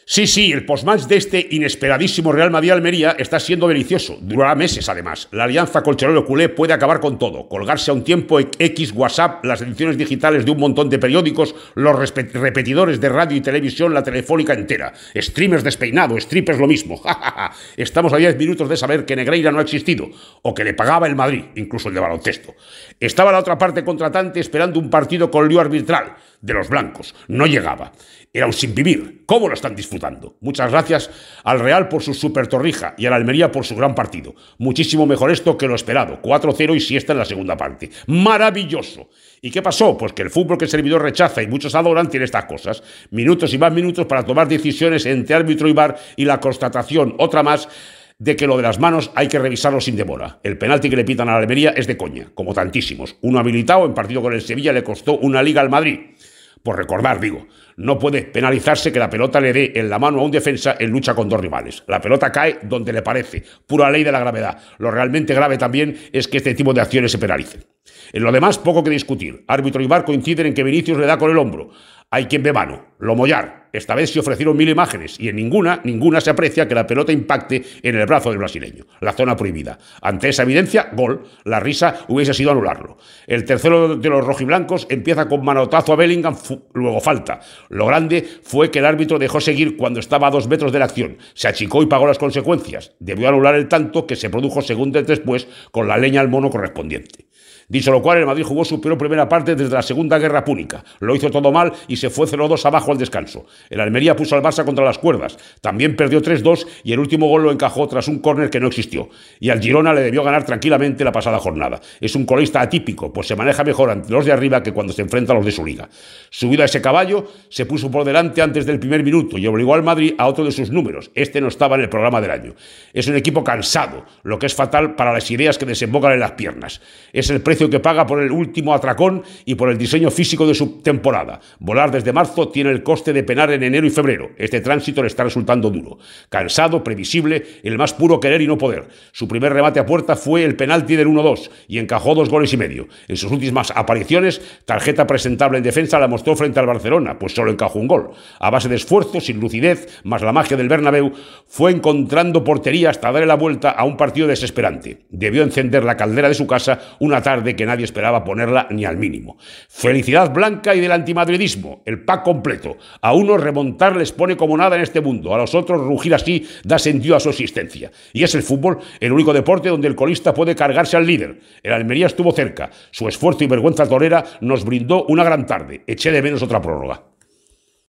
Sí, sí, el postmatch de este inesperadísimo Real Madrid-Almería está siendo delicioso. Durará meses, además. La alianza colchonero-culé puede acabar con todo. Colgarse a un tiempo X, WhatsApp, las ediciones digitales de un montón de periódicos, los repetidores de radio y televisión, la telefónica entera. Streamers despeinados, strippers lo mismo. Estamos a 10 minutos de saber que Negreira no ha existido, o que le pagaba el Madrid, incluso el de baloncesto. Estaba la otra parte contratante esperando un partido con lío arbitral de los blancos. No llegaba. Era un sinvivir. ¿Cómo lo están disfrutando? Muchas gracias al Real por su super torrija y a la Almería por su gran partido. Muchísimo mejor esto que lo esperado. 4-0 y siesta en la segunda parte. ¡Maravilloso! ¿Y qué pasó? Pues que el fútbol que el servidor rechaza y muchos adoran tiene estas cosas. Minutos y más minutos para tomar decisiones entre árbitro y VAR y la constatación, otra más, de que lo de las manos hay que revisarlo sin demora. El penalti que le pitan a la Almería es de coña, como tantísimos. Uno habilitado en partido con el Sevilla le costó una liga al Madrid. Por recordar, digo, no puede penalizarse que la pelota le dé en la mano a un defensa en lucha con dos rivales. La pelota cae donde le parece, pura ley de la gravedad. Lo realmente grave también es que este tipo de acciones se penalicen. En lo demás, poco que discutir. Árbitro y VAR coinciden en que Vinicius le da con el hombro. Hay quien ve mano, lo mollar. Esta vez se ofrecieron 1000 imágenes y en ninguna se aprecia que la pelota impacte en el brazo del brasileño, la zona prohibida. Ante esa evidencia, gol. La risa hubiese sido anularlo. El tercero de los rojiblancos empieza con manotazo a Bellingham, luego falta. Lo grande fue que el árbitro dejó seguir cuando estaba a 2 metros de la acción. Se achicó y pagó las consecuencias. Debió anular el tanto que se produjo segundos después con la leña al mono correspondiente. Dicho lo cual, el Madrid jugó su peor primera parte desde la Segunda Guerra Púnica. Lo hizo todo mal y se fue 0-2 abajo al descanso. El Almería puso al Barça contra las cuerdas. También perdió 3-2 y el último gol lo encajó tras un córner que no existió. Y al Girona le debió ganar tranquilamente la pasada jornada. Es un colista atípico, pues se maneja mejor ante los de arriba que cuando se enfrenta a los de su liga. Subido a ese caballo, se puso por delante antes del primer minuto y obligó al Madrid a otro de sus números. Este no estaba en el programa del año. Es un equipo cansado, lo que es fatal para las ideas que desembocan en las piernas. Es el precio que paga por el último atracón y por el diseño físico de su temporada. Volar desde marzo tiene el coste de penar en enero y febrero. Este tránsito le está resultando duro. Cansado, previsible, el más puro querer y no poder. Su primer remate a puerta fue el penalti del 1-2 y encajó 2 goles y medio. En sus últimas apariciones, tarjeta presentable en defensa la mostró frente al Barcelona, pues solo encajó un gol. A base de esfuerzo, sin lucidez, más la magia del Bernabéu, fue encontrando portería hasta darle la vuelta a un partido desesperante. Debió encender la caldera de su casa una tarde que nadie esperaba ponerla ni al mínimo. Felicidad blanca y del antimadridismo, el pack completo. A unos remontar les pone como nada en este mundo, a los otros rugir así da sentido a su existencia. Y es el fútbol el único deporte donde el colista puede cargarse al líder. El Almería estuvo cerca, su esfuerzo y vergüenza torera nos brindó una gran tarde. Eché de menos otra prórroga.